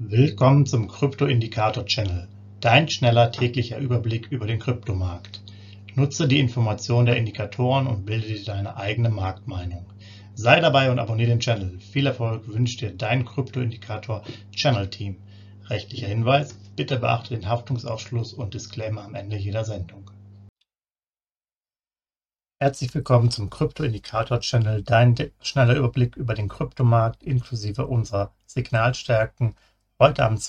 Willkommen zum Krypto-Indikator-Channel, dein schneller täglicher Überblick über den Kryptomarkt. Nutze die Informationen der Indikatoren und bilde dir deine eigene Marktmeinung. Sei dabei und abonniere den Channel. Viel Erfolg wünscht dir dein Krypto-Indikator-Channel-Team. Rechtlicher Hinweis: Bitte beachte den Haftungsausschluss und Disclaimer am Ende jeder Sendung. Herzlich willkommen zum Krypto-Indikator-Channel, dein schneller Überblick über den Kryptomarkt inklusive unserer Signalstärken. Heute am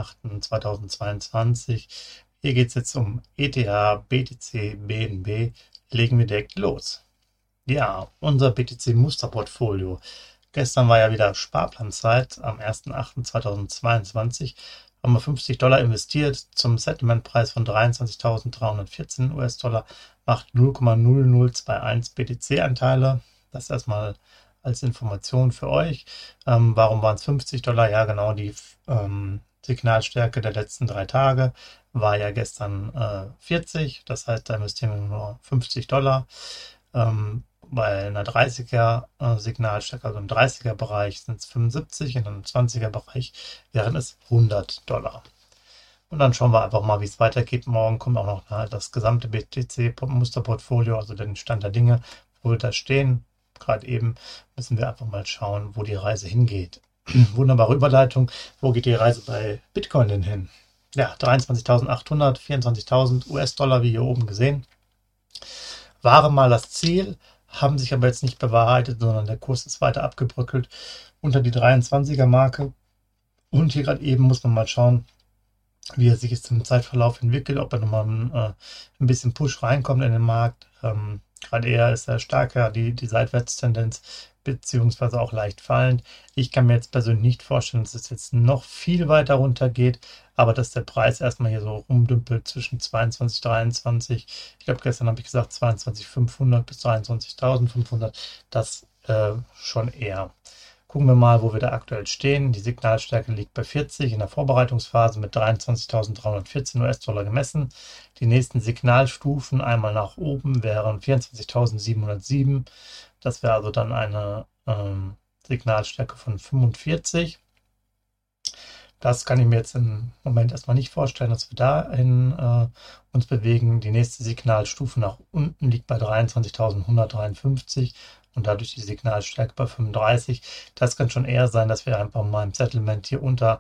2.8.2022. Hier geht es jetzt um ETH, BTC, BNB. Legen wir direkt los. Ja, unser BTC-Musterportfolio. Gestern war ja wieder Sparplanzeit. Am 1.8.2022 haben wir $50 investiert zum Settlementpreis von 23.314 US-Dollar, macht 0,0021 BTC-Anteile. Das erstmal als Information für euch. Warum waren es $50? Ja, genau, die Signalstärke der letzten 3 Tage war ja gestern 40. Das heißt, da investieren wir nur $50. Bei einer 30er Signalstärke, also im 30er Bereich sind es 75, in einem 20er Bereich wären es $100. Und dann schauen wir einfach mal, wie es weitergeht. Morgen kommt auch noch das gesamte BTC-Musterportfolio, also den Stand der Dinge, wo wir da stehen. Gerade eben müssen wir einfach mal schauen, wo die Reise hingeht. Wunderbare Überleitung. Wo geht die Reise bei Bitcoin denn hin? Ja, 23.800, 24.000 US-Dollar, wie hier oben gesehen. War mal das Ziel, haben sich aber jetzt nicht bewahrheitet, sondern der Kurs ist weiter abgebröckelt unter die 23er Marke. Und hier gerade eben muss man mal schauen, wie er sich jetzt im Zeitverlauf entwickelt, ob er nochmal ein bisschen Push reinkommt in den Markt. Gerade eher ist er stärker, die Seitwärtstendenz, beziehungsweise auch leicht fallend. Ich kann mir jetzt persönlich nicht vorstellen, dass es jetzt noch viel weiter runter geht, aber dass der Preis erstmal hier so rumdümpelt zwischen 22, 23. Ich glaube, gestern habe ich gesagt 22.500 bis 23.500. Das schon eher. Gucken wir mal, wo wir da aktuell stehen. Die Signalstärke liegt bei 40 in der Vorbereitungsphase mit 23.314 US-Dollar gemessen. Die nächsten Signalstufen einmal nach oben wären 24.707. Das wäre also dann eine Signalstärke von 45. Das kann ich mir jetzt im Moment erstmal nicht vorstellen, dass wir dahin uns bewegen. Die nächste Signalstufe nach unten liegt bei 23.153 und dadurch die Signalstärke bei 35. Das kann schon eher sein, dass wir einfach mal im Settlement hier unter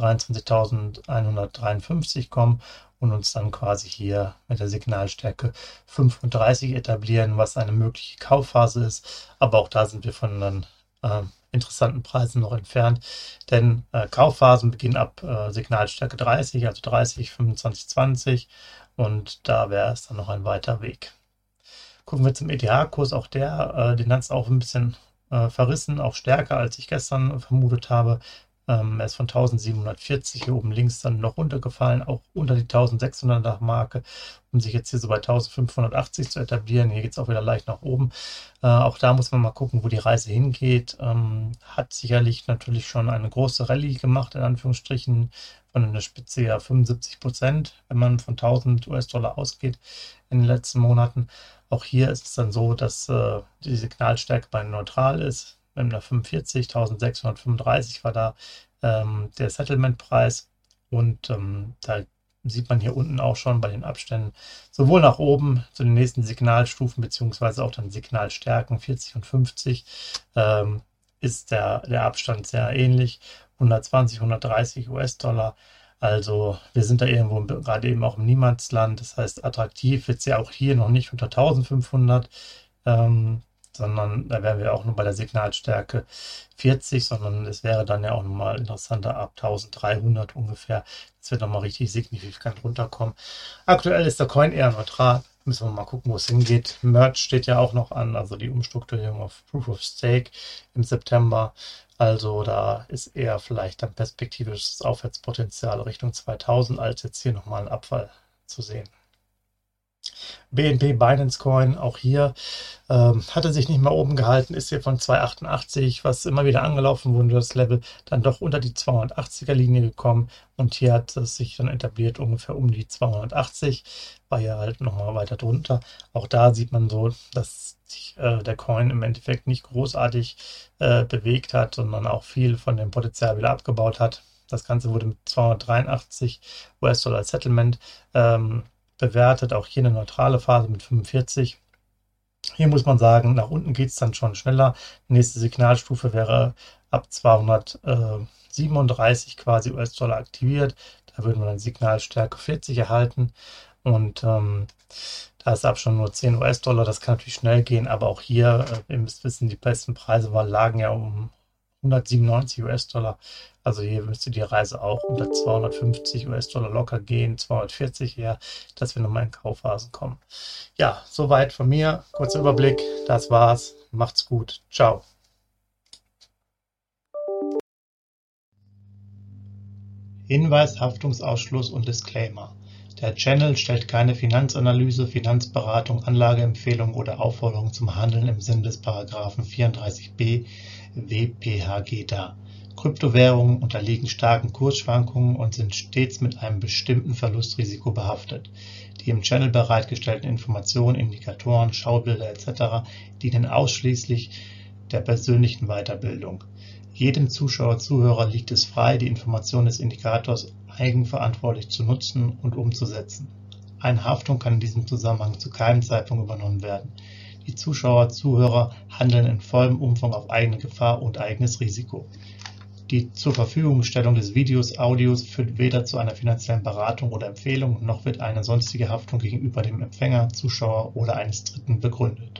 23.153 kommen und uns dann quasi hier mit der Signalstärke 35 etablieren, was eine mögliche Kaufphase ist. Aber auch da sind wir von dann interessanten Preisen noch entfernt, denn Kaufphasen beginnen ab Signalstärke 30, also 30, 25, 20 und da wäre es dann noch ein weiter Weg. Gucken wir zum ETH-Kurs, auch den hat es auch ein bisschen verrissen, auch stärker als ich gestern vermutet habe. Er ist von 1740 hier oben links dann noch runtergefallen, auch unter die 1600er Marke, um sich jetzt hier so bei 1580 zu etablieren. Hier geht es auch wieder leicht nach oben. Auch da muss man mal gucken, wo die Reise hingeht. Hat sicherlich natürlich schon eine große Rallye gemacht, in Anführungsstrichen, von der Spitze ja 75%, wenn man von 1000 US-Dollar ausgeht in den letzten Monaten. Auch hier ist es dann so, dass die Signalstärke bei neutral ist. Mit einer 45, 1635 war da der Settlement-Preis und da sieht man hier unten auch schon bei den Abständen sowohl nach oben zu den nächsten Signalstufen beziehungsweise auch dann Signalstärken 40 und 50 ist der Abstand sehr ähnlich, 120, 130 US-Dollar. Also wir sind da irgendwo gerade eben auch im Niemandsland, das heißt attraktiv wird es ja auch hier noch nicht unter 1500, sondern da wären wir auch nur bei der Signalstärke 40, sondern es wäre dann ja auch nochmal interessanter ab 1300 ungefähr. Das wird nochmal richtig signifikant runterkommen. Aktuell ist der Coin eher neutral. Müssen wir mal gucken, wo es hingeht. Merge steht ja auch noch an, also die Umstrukturierung auf Proof of Stake im September. Also da ist eher vielleicht dann perspektivisches Aufwärtspotenzial Richtung 2000, als jetzt hier nochmal ein Abfall zu sehen. BNB Binance Coin, auch hier hatte sich nicht mehr oben gehalten, ist hier von 288, was immer wieder angelaufen wurde, das Level dann doch unter die 280er Linie gekommen und hier hat es sich dann etabliert ungefähr um die 280, war ja halt nochmal weiter drunter. Auch da sieht man so, dass sich der Coin im Endeffekt nicht großartig bewegt hat, sondern auch viel von dem Potenzial wieder abgebaut hat. Das Ganze wurde mit 283 US-Dollar Settlement bewertet. Auch hier eine neutrale Phase mit 45. Hier muss man sagen, nach unten geht es dann schon schneller. Die nächste Signalstufe wäre ab 237 quasi US-Dollar aktiviert. Da würden wir dann Signalstärke 40 erhalten. Und da ist Abstand nur 10 US-Dollar. Das kann natürlich schnell gehen, aber auch hier, ihr müsst wissen, die besten Preise lagen ja um 197 US-Dollar. Also hier müsste die Reise auch unter 250 US-Dollar locker gehen, 240 eher, dass wir nochmal in Kaufphasen kommen. Ja, soweit von mir. Kurzer Überblick. Das war's. Macht's gut. Ciao. Hinweis, Haftungsausschluss und Disclaimer. Der Channel stellt keine Finanzanalyse, Finanzberatung, Anlageempfehlung oder Aufforderung zum Handeln im Sinne des Paragraphen 34b WPHG dar. Kryptowährungen unterliegen starken Kursschwankungen und sind stets mit einem bestimmten Verlustrisiko behaftet. Die im Channel bereitgestellten Informationen, Indikatoren, Schaubilder etc. dienen ausschließlich der persönlichen Weiterbildung. Jedem Zuschauer/Zuhörer liegt es frei, die Informationen des Indikators eigenverantwortlich zu nutzen und umzusetzen. Eine Haftung kann in diesem Zusammenhang zu keinem Zeitpunkt übernommen werden. Die Zuschauer/Zuhörer handeln in vollem Umfang auf eigene Gefahr und eigenes Risiko. Die Zurverfügungstellung des Videos, Audios führt weder zu einer finanziellen Beratung oder Empfehlung, noch wird eine sonstige Haftung gegenüber dem Empfänger, Zuschauer oder eines Dritten begründet.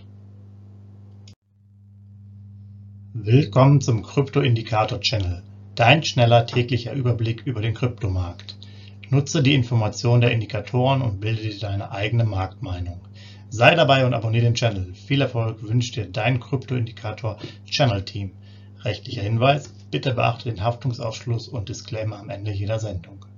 Willkommen zum Krypto-Indikator-Channel, dein schneller täglicher Überblick über den Kryptomarkt. Nutze die Informationen der Indikatoren und bilde dir deine eigene Marktmeinung. Sei dabei und abonniere den Channel. Viel Erfolg wünscht dir dein Krypto-Indikator-Channel-Team. Rechtlicher Hinweis: Bitte beachte den Haftungsausschluss und Disclaimer am Ende jeder Sendung.